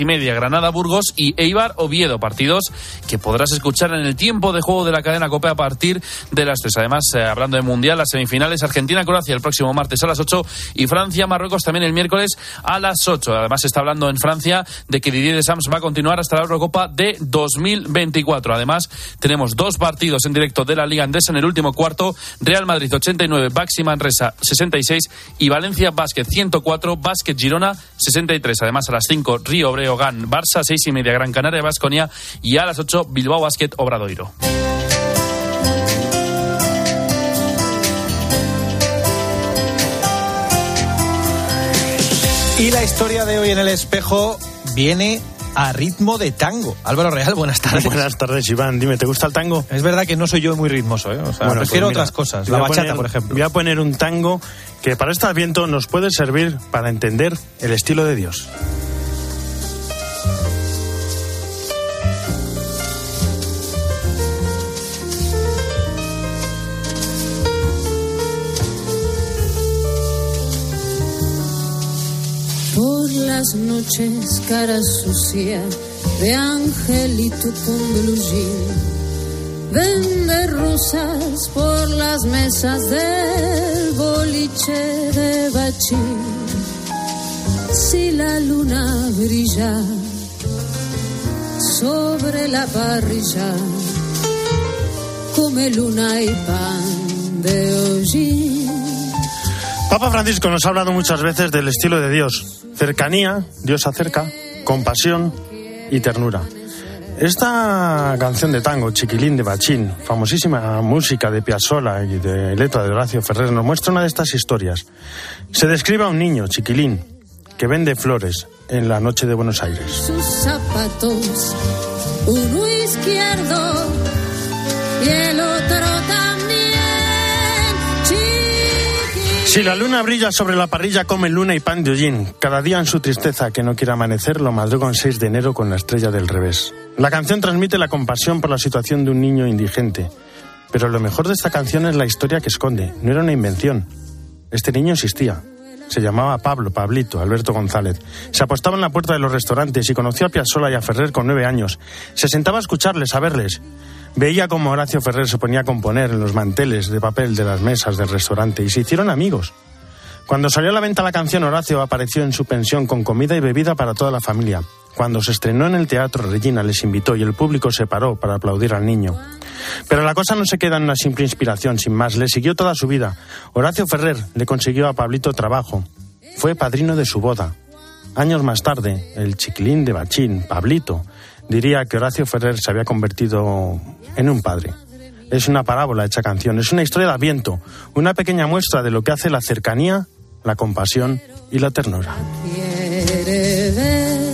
6:30, Granada-Burgos y Eibar-Oviedo, partidos que podrás escuchar en el tiempo de juego de la cadena COPE a partir de las 3. Además, hablando de Mundial, las semifinales, Argentina-Croacia el próximo martes a las 8 y Francia-Marruecos también el miércoles a las 8. Además, se está hablando en Francia de que Didier Deschamps va a continuar hasta la Eurocopa de 2024. Además, tenemos 2 partidos en directo de la Liga Endesa en el último cuarto: Real Madrid 89, Baxi Manresa 66 y Valencia Basket 104, Basket Girona 63. Además, a las 5, Río Breogán Barça, 6:30, Gran Canaria Baskonia y a las 8, Bilbao Basket Obradoiro. Y la historia de hoy en El Espejo viene a ritmo de tango. Álvaro Real, buenas tardes. Buenas tardes, Iván. Dime, ¿te gusta el tango? Es verdad que no soy yo muy ritmoso, ¿eh? O sea, bueno, prefiero otras cosas. La bachata, por ejemplo. Voy a poner un tango que para este Adviento nos puede servir para entender el estilo de Dios. Las noches cara sucia de angelito con blue jean, vende rosas por las mesas del boliche de Bachín. Si la luna brilla sobre la parrilla, come luna y pan de hollín. Papa Francisco nos ha hablado muchas veces del estilo de Dios. Cercanía, Dios acerca, compasión y ternura. Esta canción de tango, Chiquilín de Bachín, famosísima música de Piazzolla y de letra de Horacio Ferrer, nos muestra una de estas historias. Se describe a un niño, Chiquilín, que vende flores en la noche de Buenos Aires. Sus zapatos, uno izquierdo y el otro también. Si la luna brilla sobre la parrilla, come luna y pan de hollín. Cada día en su tristeza que no quiere amanecer, lo madruga un 6 de enero con la estrella del revés. La canción transmite la compasión por la situación de un niño indigente. Pero lo mejor de esta canción es la historia que esconde. No era una invención. Este niño existía. Se llamaba Pablito, Alberto González. Se apostaba en la puerta de los restaurantes y conoció a Piazzolla y a Ferrer con 9 años. Se sentaba a escucharles, a verles. Veía cómo Horacio Ferrer se ponía a componer en los manteles de papel de las mesas del restaurante y se hicieron amigos. Cuando salió a la venta la canción, Horacio apareció en su pensión con comida y bebida para toda la familia. Cuando se estrenó en el teatro, Regina les invitó y el público se paró para aplaudir al niño. Pero la cosa no se queda en una simple inspiración, sin más. Le siguió toda su vida. Horacio Ferrer le consiguió a Pablito trabajo. Fue padrino de su boda. Años más tarde, el Chiquilín de Bachín, Pablito, diría que Horacio Ferrer se había convertido en un padre. Es una parábola hecha canción, es una historia de Adviento, una pequeña muestra de lo que hace la cercanía, la compasión y la ternura. Quiere ver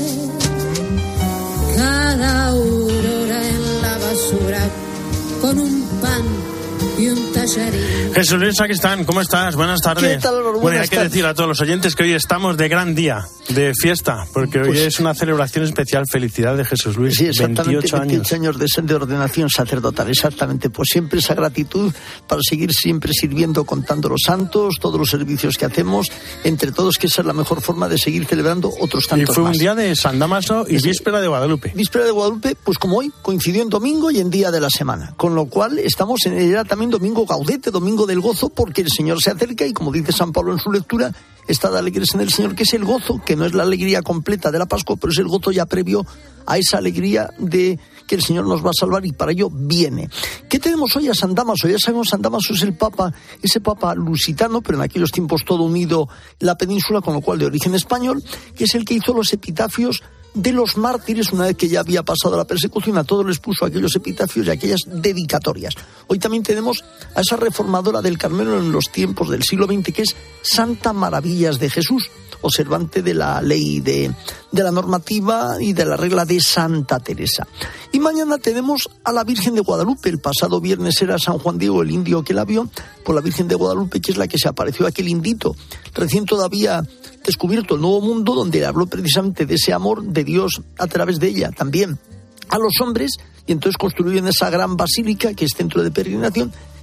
cada aurora en la basura con un pan y un tallarín. Jesús Luis Sacristán, ¿cómo estás? Buenas tardes. ¿Qué tal, Álvaro? Bueno, hay que decir a todos los oyentes que hoy estamos de gran día, de fiesta, porque hoy es una celebración especial. Felicidad de Jesús Luis, sí, exactamente, 28 años de ordenación sacerdotal, exactamente. Pues siempre esa gratitud para seguir siempre sirviendo, contando los santos, todos los servicios que hacemos, entre todos, que esa es la mejor forma de seguir celebrando otros tantos más. Y fue un día de San Damaso y víspera de Guadalupe. Víspera de Guadalupe, pues como hoy, coincidió en domingo y en día de la semana, con lo cual estamos era también domingo gaudete, domingo del gozo, porque el Señor se acerca y, como dice San Pablo en su lectura, estad alegres en el Señor, que es el gozo, que no es la alegría completa de la Pascua, pero es el gozo ya previo a esa alegría de que el Señor nos va a salvar y para ello viene. ¿Qué tenemos hoy a San Damaso? Ya sabemos, San Damaso es el Papa, ese Papa lusitano, pero en aquellos tiempos todo unido la península, con lo cual de origen español, que es el que hizo los epitafios de los mártires. Una vez que ya había pasado la persecución, a todos les puso aquellos epitafios y aquellas dedicatorias. Hoy también tenemos a esa reformadora del Carmelo en los tiempos del siglo XX, que es Santa Maravillas de Jesús, observante de la ley de la normativa y de la regla de Santa Teresa. Y mañana tenemos a la Virgen de Guadalupe. El pasado viernes era San Juan Diego, el indio que la vio, por la Virgen de Guadalupe, que es la que se apareció a aquel indito, recién todavía descubierto el Nuevo Mundo, donde le habló precisamente de ese amor de Dios a través de ella también a los hombres, y entonces construyeron esa gran basílica que es centro de peregrinación,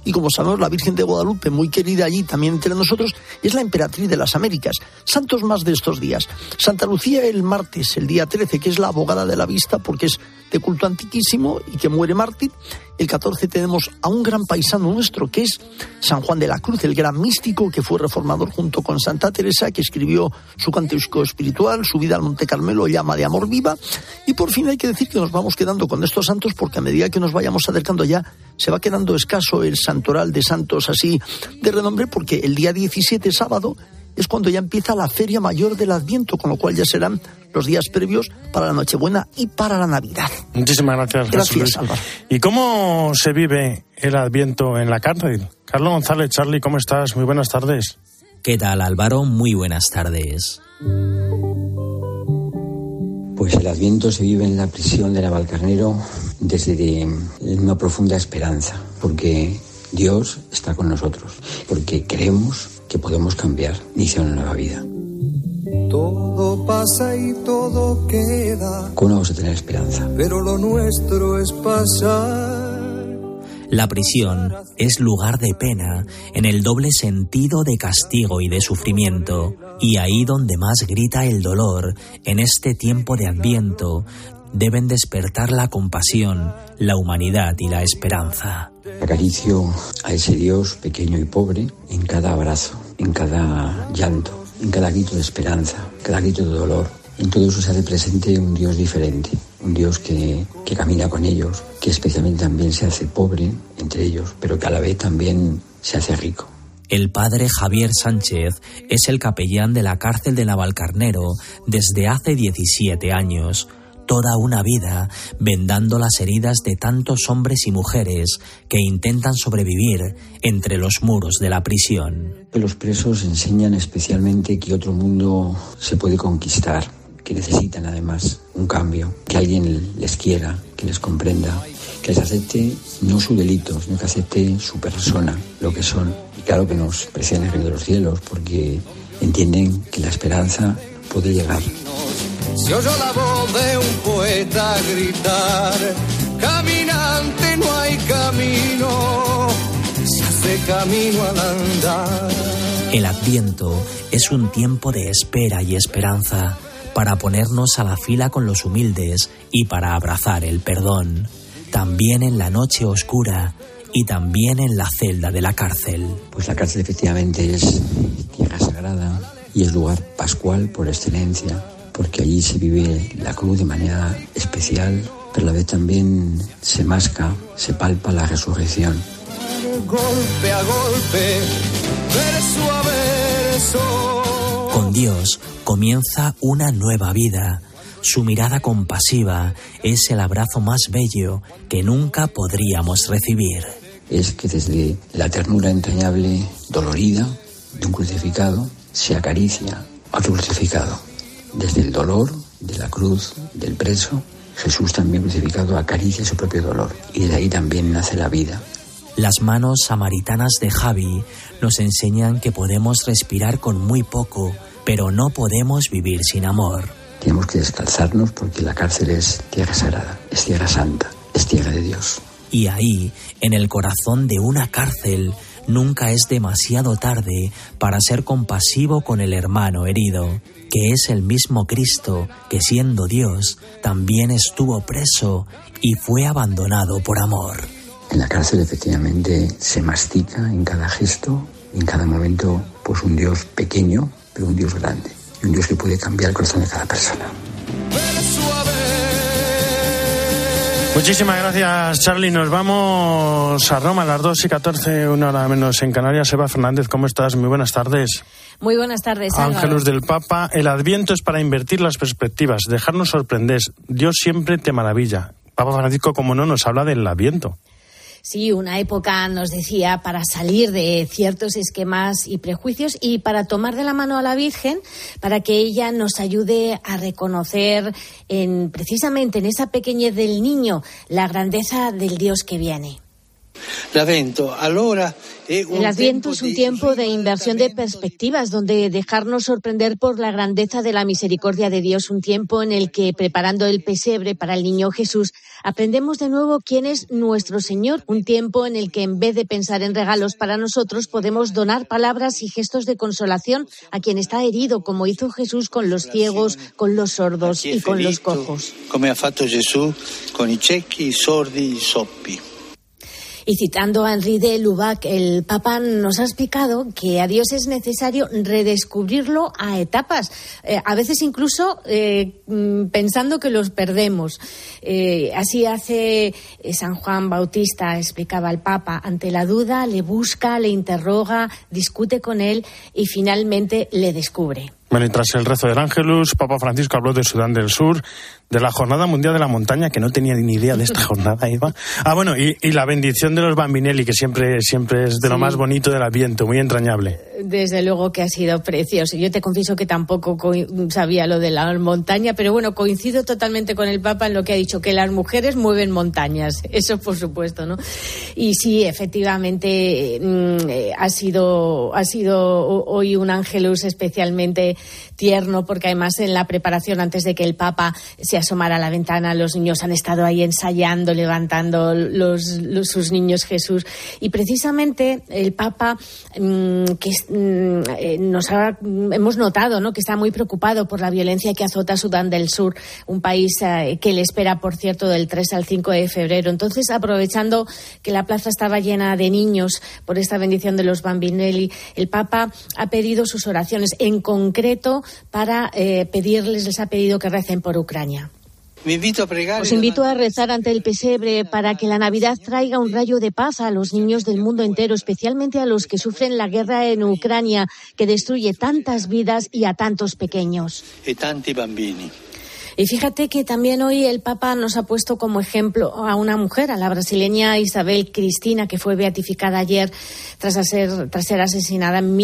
y como sabemos la Virgen de Guadalupe, muy querida allí también entre nosotros, es la emperatriz de las Américas. Santos más de estos días. Santa Lucía el martes, el día 13, que es la abogada de la vista porque es de culto antiquísimo y que muere mártir. El 14 tenemos a un gran paisano nuestro que es San Juan de la Cruz, el gran místico que fue reformador junto con Santa Teresa, que escribió su Cántico Espiritual, su Vida al Monte Carmelo, Llama de Amor Viva. Y por fin hay que decir que nos vamos quedando con estos santos porque a medida que nos vayamos acercando ya se va quedando escaso el santoral de santos así de renombre, porque el día 17, sábado, es cuando ya empieza la Feria Mayor del Adviento, con lo cual ya serán los días previos para la Nochebuena y para la Navidad. Muchísimas gracias. Gracias, Álvaro. ¿Y cómo se vive el Adviento en la cárcel? Carlos González, Charlie, ¿cómo estás? Muy buenas tardes. ¿Qué tal, Álvaro? Muy buenas tardes. Pues el Adviento se vive en la prisión de Navalcarnero desde una profunda esperanza, porque Dios está con nosotros, porque creemos que podemos cambiar, iniciar una nueva vida. Todo pasa y todo queda. ¿Cómo vamos a tener esperanza? Pero lo nuestro es pasar. La prisión es lugar de pena, en el doble sentido de castigo y de sufrimiento, y ahí donde más grita el dolor, en este tiempo de Adviento, deben despertar la compasión, la humanidad y la esperanza. Acaricio a ese Dios pequeño y pobre en cada abrazo, en cada llanto, en cada grito de esperanza, cada grito de dolor. En todo eso se hace presente un Dios diferente, un Dios que camina con ellos, que especialmente también se hace pobre entre ellos, pero que a la vez también se hace rico. El padre Javier Sánchez es el capellán de la cárcel de Navalcarnero desde hace 17 años. Toda una vida vendando las heridas de tantos hombres y mujeres que intentan sobrevivir entre los muros de la prisión. Los presos enseñan especialmente que otro mundo se puede conquistar, que necesitan además un cambio, que alguien les quiera, que les comprenda, que les acepte no su delito, sino que acepte su persona, lo que son. Y claro que nos precian el reino de los cielos, porque entienden que la esperanza puede llegar. Se oyó la voz de un poeta gritar: caminante no hay camino, se hace camino al andar. El Adviento es un tiempo de espera y esperanza, para ponernos a la fila con los humildes y para abrazar el perdón, también en la noche oscura y también en la celda de la cárcel. Pues la cárcel efectivamente es tierra sagrada y es lugar pascual por excelencia, porque allí se vive la cruz de manera especial, pero a la vez también se masca, se palpa la resurrección. Golpe a golpe, verso a verso. Con Dios comienza una nueva vida. Su mirada compasiva es el abrazo más bello que nunca podríamos recibir. Es que desde la ternura entrañable, dolorida, de un crucificado, se acaricia a otro crucificado. Desde el dolor de la cruz del preso, Jesús también crucificado acaricia su propio dolor. Y desde ahí también nace la vida. Las manos samaritanas de Javi nos enseñan que podemos respirar con muy poco, pero no podemos vivir sin amor. Tenemos que descalzarnos porque la cárcel es tierra sagrada, es tierra santa, es tierra de Dios. Y ahí, en el corazón de una cárcel, nunca es demasiado tarde para ser compasivo con el hermano herido, que es el mismo Cristo que, siendo Dios, también estuvo preso y fue abandonado por amor. En la cárcel efectivamente se mastica en cada gesto, en cada momento, pues un Dios pequeño, pero un Dios grande, y un Dios que puede cambiar el corazón de cada persona. Muchísimas gracias, Charlie. Nos vamos a Roma a las 2:14, una hora menos en Canarias. Eva Fernández, ¿cómo estás? Muy buenas tardes. Muy buenas tardes, Álvaro. Ángelus del Papa, el Adviento es para invertir las perspectivas, dejarnos sorprender. Dios siempre te maravilla. Papa Francisco, como no, nos habla del Adviento. Sí, una época, nos decía, para salir de ciertos esquemas y prejuicios y para tomar de la mano a la Virgen, para que ella nos ayude a reconocer precisamente en esa pequeñez del niño la grandeza del Dios que viene. El Adviento es un tiempo de inversión de perspectivas, donde dejarnos sorprender por la grandeza de la misericordia de Dios, un tiempo en el que, preparando el pesebre para el niño Jesús, aprendemos de nuevo quién es nuestro Señor, un tiempo en el que, en vez de pensar en regalos para nosotros, podemos donar palabras y gestos de consolación a quien está herido, como hizo Jesús con los ciegos, con los sordos y con los cojos. Como ha fatto Jesús con i ciechi, i sordi, i zoppi. Y citando a Henri de Lubac, el Papa nos ha explicado que a Dios es necesario redescubrirlo a etapas, a veces incluso pensando que los perdemos. Así hace San Juan Bautista, explicaba el Papa. Ante la duda le busca, le interroga, discute con él y finalmente le descubre. Bueno, y tras el rezo del Ángelus, Papa Francisco habló de Sudán del Sur, de la Jornada Mundial de la Montaña, que no tenía ni idea de esta jornada, Eva. Bueno, y la bendición de los bambinelli, que siempre es de lo más bonito del Adviento, muy entrañable. Desde luego que ha sido precioso. Yo te confieso que tampoco sabía lo de la montaña, pero bueno, coincido totalmente con el Papa en lo que ha dicho, que las mujeres mueven montañas, eso por supuesto, ¿no? Y sí, efectivamente, ha sido hoy un Ángelus especialmente tierno, porque además en la preparación, antes de que el Papa se asomara a la ventana, los niños han estado ahí ensayando, levantando sus niños Jesús. Y precisamente el Papa, hemos notado, ¿no?, que está muy preocupado por la violencia que azota Sudán del Sur, un país que le espera, por cierto, del 3 al 5 de febrero. Entonces, aprovechando que la plaza estaba llena de niños por esta bendición de los bambinelli, el Papa ha pedido sus oraciones, en concreto para les ha pedido que recen por Ucrania. Os invito a rezar ante el pesebre para que la Navidad traiga un rayo de paz a los niños del mundo entero, especialmente a los que sufren la guerra en Ucrania, que destruye tantas vidas y a tantos pequeños. Y tanti bambini. Y fíjate que también hoy el Papa nos ha puesto como ejemplo a una mujer, a la brasileña Isabel Cristina, que fue beatificada ayer tras ser asesinada en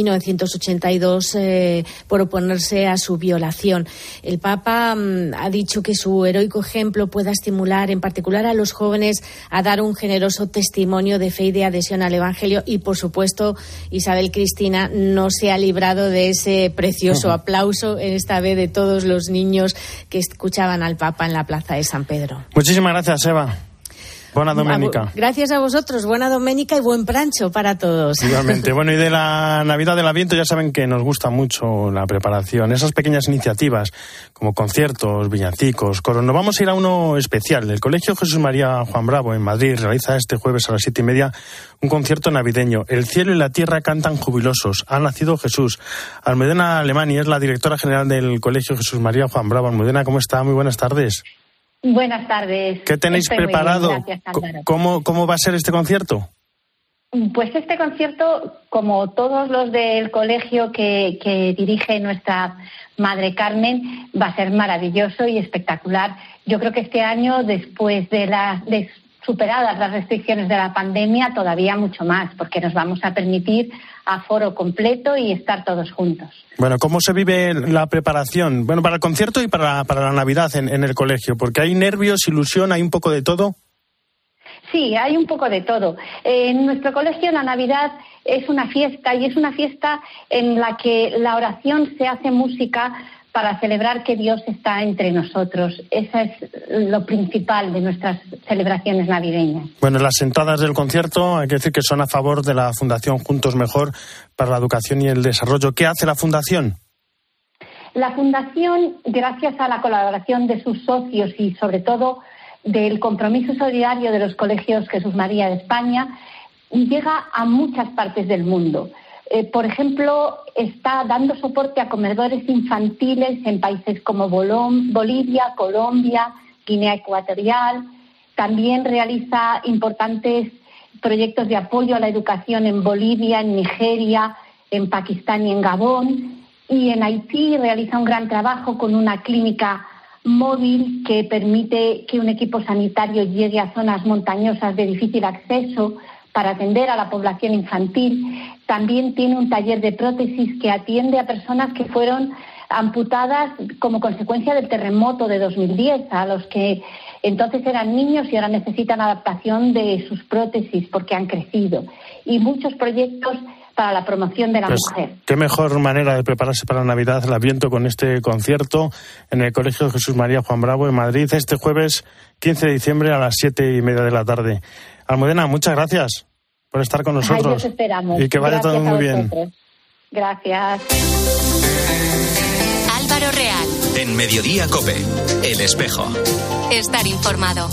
1982 por oponerse a su violación. El Papa ha dicho que su heroico ejemplo pueda estimular en particular a los jóvenes a dar un generoso testimonio de fe y de adhesión al Evangelio, y por supuesto Isabel Cristina no se ha librado de ese precioso aplauso, esta vez de todos los niños que escuchaban al Papa en la plaza de San Pedro. Muchísimas gracias, Eva. Buena doménica. Gracias a vosotros, buena doménica y buen prancho para todos. Igualmente. Bueno, y de la Navidad del Adviento ya saben que nos gusta mucho la preparación, esas pequeñas iniciativas como conciertos, villancicos, coros. Nos vamos a ir a uno especial. El Colegio Jesús María Juan Bravo en Madrid realiza este jueves a las 7:30 un concierto navideño. El cielo y la tierra cantan jubilosos. Ha nacido Jesús. Almudena Alemani es la directora general del Colegio Jesús María Juan Bravo. Almudena, ¿cómo está? Muy buenas tardes. Buenas tardes. ¿Qué tenéis preparado? Gracias, ¿Cómo va a ser este concierto? Pues este concierto, como todos los del colegio que dirige nuestra madre Carmen, va a ser maravilloso y espectacular. Yo creo que este año, después de superadas las restricciones de la pandemia, todavía mucho más, porque nos vamos a permitir aforo completo y estar todos juntos. Bueno, ¿cómo se vive la preparación? Bueno, para el concierto y para la Navidad en el colegio, porque hay nervios, ilusión, hay un poco de todo. Sí, hay un poco de todo. En nuestro colegio la Navidad es una fiesta, y es una fiesta en la que la oración se hace música para celebrar que Dios está entre nosotros. Eso es lo principal de nuestras celebraciones navideñas. Bueno, las entradas del concierto hay que decir que son a favor de la Fundación Juntos Mejor para la Educación y el Desarrollo. ¿Qué hace la Fundación? La Fundación, gracias a la colaboración de sus socios y sobre todo del compromiso solidario de los colegios Jesús María de España, llega a muchas partes del mundo. Por ejemplo, está dando soporte a comedores infantiles en países como Bolivia, Colombia, Guinea Ecuatorial. También realiza importantes proyectos de apoyo a la educación en Bolivia, en Nigeria, en Pakistán y en Gabón. Y en Haití realiza un gran trabajo con una clínica móvil que permite que un equipo sanitario llegue a zonas montañosas de difícil acceso para atender a la población infantil. También tiene un taller de prótesis que atiende a personas que fueron amputadas como consecuencia del terremoto de 2010, a los que Entonces eran niños y ahora necesitan adaptación de sus prótesis porque han crecido. Y muchos proyectos para la promoción de la mujer. Qué mejor manera de prepararse para Navidad, el Adviento, con este concierto en el Colegio Jesús María Juan Bravo en Madrid este jueves 15 de diciembre a las 7:30 de la tarde. Almudena, muchas gracias por estar con nosotros. Esperamos. Y que vaya todo muy bien. Gracias. Álvaro Real. En Mediodía COPE, El Espejo. Estar informado.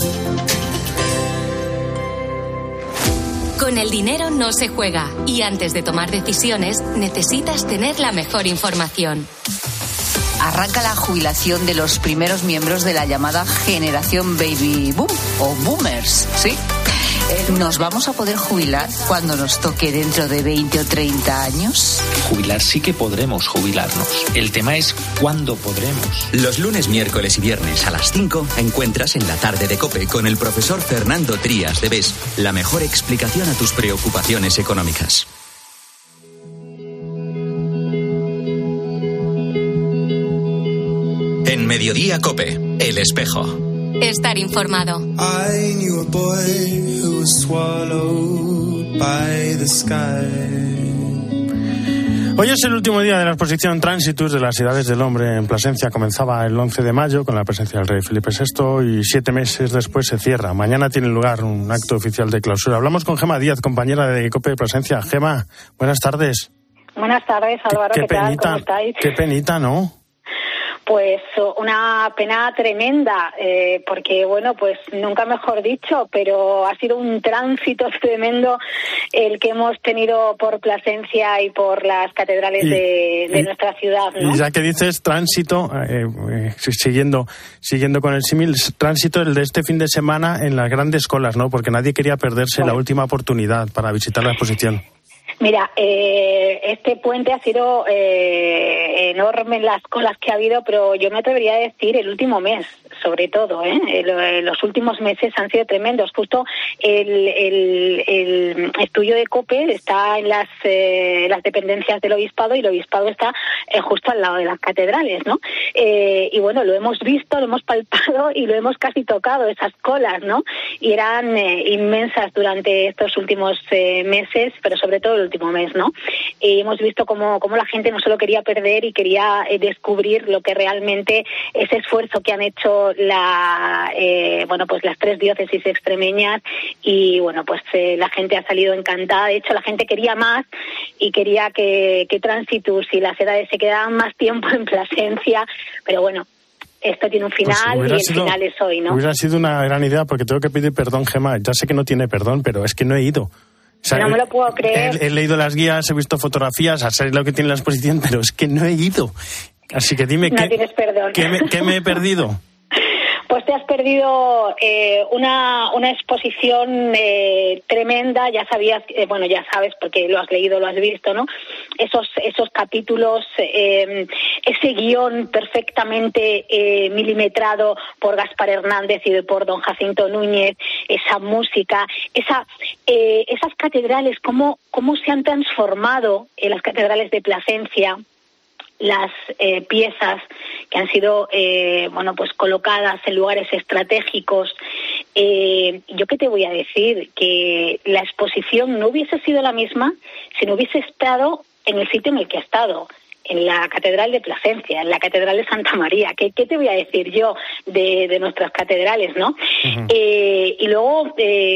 Con el dinero no se juega y antes de tomar decisiones necesitas tener la mejor información. Arranca la jubilación de los primeros miembros de la llamada generación Baby Boom o Boomers, ¿sí? ¿Nos vamos a poder jubilar cuando nos toque dentro de 20 o 30 años? Jubilar sí que podremos jubilarnos. El tema es cuándo podremos. Los lunes, miércoles y viernes a las 5 encuentras en la tarde de COPE con el profesor Fernando Trías de BES la mejor explicación a tus preocupaciones económicas. En Mediodía COPE, El Espejo. Estar informado. Hoy es el último día de la exposición Tránsitus de las Edades del Hombre en Plasencia. Comenzaba el 11 de mayo con la presencia del rey Felipe VI y 7 meses después se cierra. Mañana tiene lugar un acto oficial de clausura. Hablamos con Gema Díaz, compañera de COPE de Plasencia. Gema, buenas tardes. Buenas tardes, Álvaro. ¿Qué tal? ¿Cómo estáis? Qué penita, ¿no? Pues una pena tremenda, porque, bueno, pues nunca mejor dicho, pero ha sido un tránsito tremendo el que hemos tenido por Plasencia y por las catedrales de nuestra ciudad, ¿no? Y ya que dices tránsito, siguiendo con el símil, tránsito el de este fin de semana en las grandes colas, ¿no? Porque nadie quería perderse la última oportunidad para visitar la exposición. Mira, este puente ha sido enorme en las colas que ha habido, pero yo me atrevería a decir el último mes, sobre todo, los últimos meses han sido tremendos. Justo el estudio de COPE está en las dependencias del obispado y el obispado está justo al lado de las catedrales, ¿no? Y bueno, lo hemos visto, lo hemos palpado y lo hemos casi tocado, esas colas, ¿no? Y eran inmensas durante estos últimos meses, pero sobre todo el último mes, ¿no? Y hemos visto cómo la gente no solo quería perder y quería descubrir lo que realmente ese esfuerzo que han hecho las 3 diócesis extremeñas y bueno, pues la gente ha salido encantada. De hecho, la gente quería más y quería que Tránsitus y las edades se quedaran más tiempo en Plasencia, pero bueno, esto tiene un final y el final es hoy, ¿no? Hubiera sido una gran idea porque tengo que pedir perdón, Gema. Ya sé que no tiene perdón, pero es que no he ido. O sea, no me lo puedo creer. He leído las guías, he visto fotografías, a saber lo que tiene la exposición, pero es que no he ido. Así que dime, no tienes perdón. ¿qué me he perdido? Pues te has perdido una exposición tremenda. Ya sabías, ya sabes porque lo has leído, lo has visto, ¿no? Esos capítulos, ese guión perfectamente milimetrado por Gaspar Hernández y por don Jacinto Núñez, esa música, esas catedrales, cómo se han transformado en las catedrales de Plasencia, las piezas que han sido colocadas en lugares estratégicos. Yo qué te voy a decir, que la exposición no hubiese sido la misma si no hubiese estado en el sitio en el que ha estado, en la Catedral de Plasencia, en la Catedral de Santa María. ¿Qué te voy a decir yo de nuestras catedrales, no? Uh-huh. Y luego,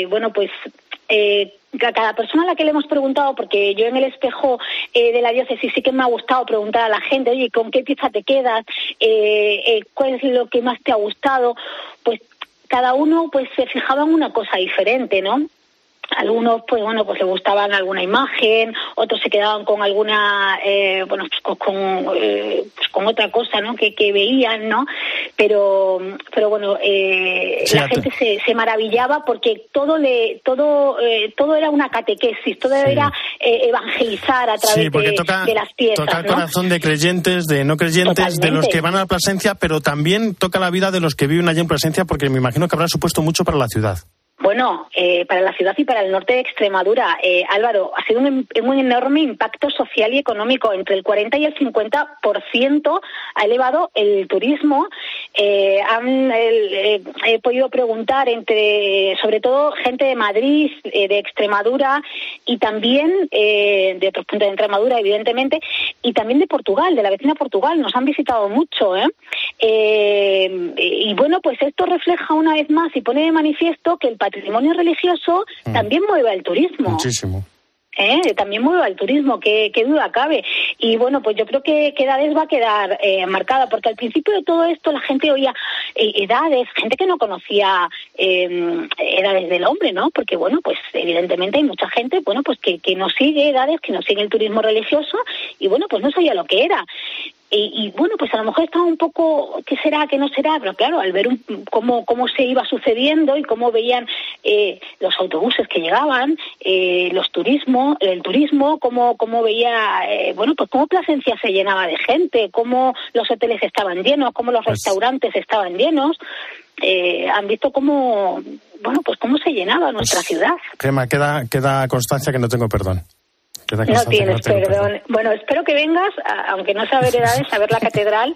a cada persona a la que le hemos preguntado, porque yo en el espejo de la diócesis sí que me ha gustado preguntar a la gente, oye, ¿con qué pieza te quedas? ¿Cuál es lo que más te ha gustado? Pues cada uno pues se fijaba en una cosa diferente, ¿no? Algunos, pues le gustaban alguna imagen, otros se quedaban con alguna, con otra cosa, ¿no? Que veían, ¿no? Pero bueno, la gente se maravillaba porque todo era una catequesis, todo era evangelizar a través de las piezas. Toca el corazón de creyentes, de no creyentes, totalmente, de los que van a Plasencia, pero también toca la vida de los que viven allí en Plasencia, porque me imagino que habrá supuesto mucho para la ciudad. Bueno, para la ciudad y para el norte de Extremadura, Álvaro, ha sido un enorme impacto social y económico. Entre el 40 y el 50% ha elevado el turismo. He podido preguntar sobre todo gente de Madrid, de Extremadura y también de otros puntos de Extremadura, evidentemente, y también de Portugal, de la vecina Portugal. Nos han visitado mucho, y bueno, pues esto refleja una vez más y pone de manifiesto que el patrimonio religioso también mueve al turismo. Muchísimo. También mueve al turismo, qué duda cabe. Y bueno, pues yo creo que edades va a quedar marcada, porque al principio de todo esto la gente oía edades, gente que no conocía edades del hombre, ¿no? Porque bueno, pues evidentemente hay mucha gente, bueno, pues que no sigue edades, que no sigue el turismo religioso, y bueno, pues no sabía lo que era. Y bueno, pues a lo mejor estaba un poco, ¿qué será, qué no será? Pero claro, al ver cómo se iba sucediendo y cómo veían los autobuses que llegaban, el turismo, cómo veía, bueno, pues cómo Plasencia se llenaba de gente, cómo los hoteles estaban llenos, cómo los restaurantes estaban llenos, han visto cómo se llenaba nuestra ciudad. Gemma, queda constancia que no tengo perdón. No tienes perdón. Bueno, espero que vengas, aunque no sea ver edades, a ver la catedral.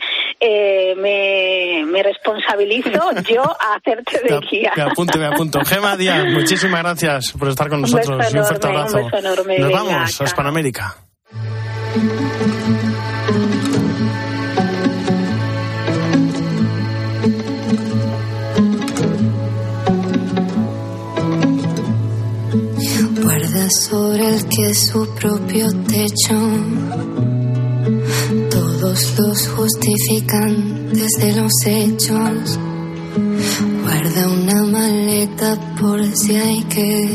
Me responsabilizo yo a hacerte de guía. Me apunto. Gemma Díaz, muchísimas gracias por estar con nosotros. Un fuerte abrazo. Un beso enorme. Nos vamos a Hispanoamérica. Sobre el que es su propio techo, todos los justificantes de los hechos. Guarda una maleta por si hay que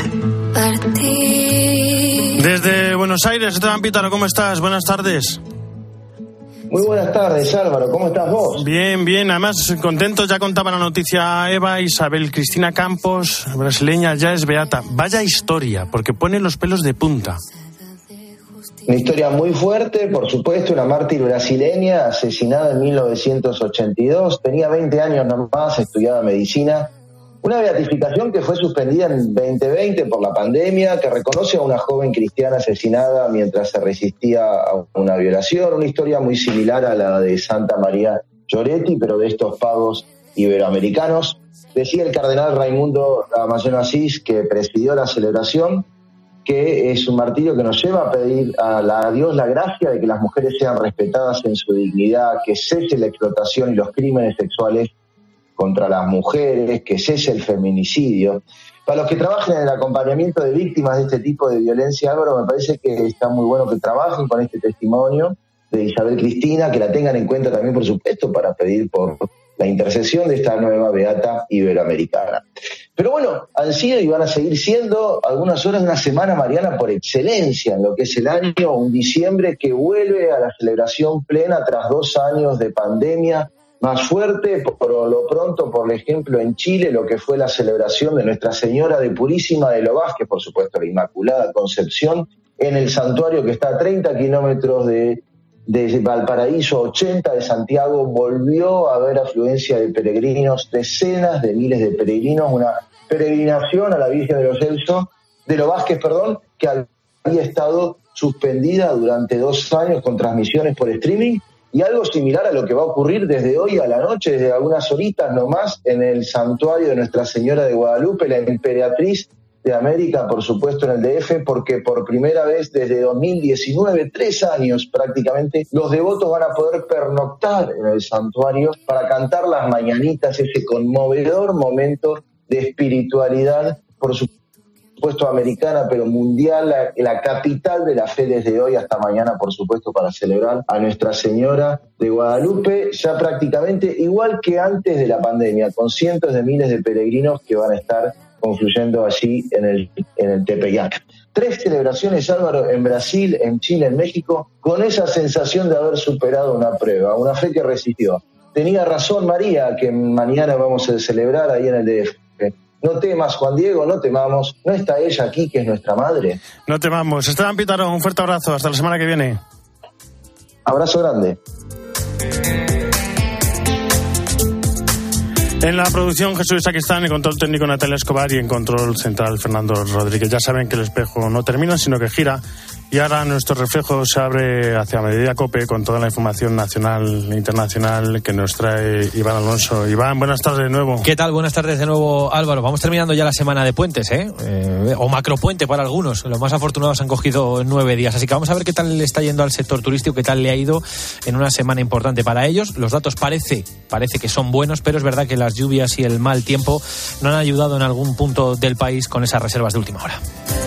partir. Desde Buenos Aires, Esteban Pítaro, ¿cómo estás? Buenas tardes. Muy buenas tardes, Álvaro. ¿Cómo estás vos? Bien. Además, contentos. Ya contaba la noticia Eva Isabel Cristina Campos, brasileña, ya es beata. Vaya historia, porque pone los pelos de punta. Una historia muy fuerte, por supuesto, una mártir brasileña asesinada en 1982. Tenía 20 años nomás, estudiaba medicina. Una beatificación que fue suspendida en 2020 por la pandemia, que reconoce a una joven cristiana asesinada mientras se resistía a una violación. Una historia muy similar a la de Santa María Goretti, pero de estos pagos iberoamericanos. Decía el cardenal Raimundo Damasceno Asís, que presidió la celebración, que es un martirio que nos lleva a pedir a Dios la gracia de que las mujeres sean respetadas en su dignidad, que cese la explotación y los crímenes sexuales contra las mujeres, que cese el feminicidio. Para los que trabajen en el acompañamiento de víctimas de este tipo de violencia, Álvaro, me parece que está muy bueno que trabajen con este testimonio de Isabel Cristina, que la tengan en cuenta también, por supuesto, para pedir por la intercesión de esta nueva beata iberoamericana. Pero bueno, han sido y van a seguir siendo algunas horas de una semana mariana por excelencia en lo que es el año, un diciembre que vuelve a la celebración plena tras 2 años de pandemia, más fuerte, por lo pronto, por ejemplo, en Chile, lo que fue la celebración de Nuestra Señora de Purísima de Lo Vázquez, por supuesto, la Inmaculada Concepción, en el santuario que está a 30 kilómetros de Valparaíso, 80 de Santiago. Volvió a haber afluencia de peregrinos, decenas de miles de peregrinos, una peregrinación a la Virgen de Lo Vázquez, que había estado suspendida durante 2 años con transmisiones por streaming. Y algo similar a lo que va a ocurrir desde hoy a la noche, desde algunas horitas nomás, en el santuario de Nuestra Señora de Guadalupe, la Emperatriz de América, por supuesto en el DF, porque por primera vez desde 2019, 3 años prácticamente, los devotos van a poder pernoctar en el santuario para cantar las mañanitas, ese conmovedor momento de espiritualidad, por supuesto americana, pero mundial, la capital de la fe desde hoy hasta mañana, por supuesto, para celebrar a Nuestra Señora de Guadalupe, ya prácticamente igual que antes de la pandemia, con cientos de miles de peregrinos que van a estar confluyendo allí en el Tepeyac. 3 celebraciones, Álvaro, en Brasil, en Chile, en México, con esa sensación de haber superado una prueba, una fe que resistió. Tenía razón María, que mañana vamos a celebrar ahí en el DF. No temas, Juan Diego, no temamos. ¿No está ella aquí, que es nuestra madre? No temamos. Esteban Pítaro, un fuerte abrazo. Hasta la semana que viene. Abrazo grande. En la producción Jesús Sacristán, en control técnico Natalia Escobar y en control central Fernando Rodríguez. Ya saben que el espejo no termina, sino que gira. Y ahora nuestro reflejo se abre hacia Mediodía COPE con toda la información nacional e internacional que nos trae Iván Alonso. Iván, buenas tardes de nuevo. ¿Qué tal? Buenas tardes de nuevo, Álvaro. Vamos terminando ya la semana de puentes, o macropuente para algunos. Los más afortunados han cogido 9 días. Así que vamos a ver qué tal le está yendo al sector turístico, qué tal le ha ido en una semana importante para ellos. Los datos parece que son buenos, pero es verdad que las lluvias y el mal tiempo no han ayudado en algún punto del país con esas reservas de última hora.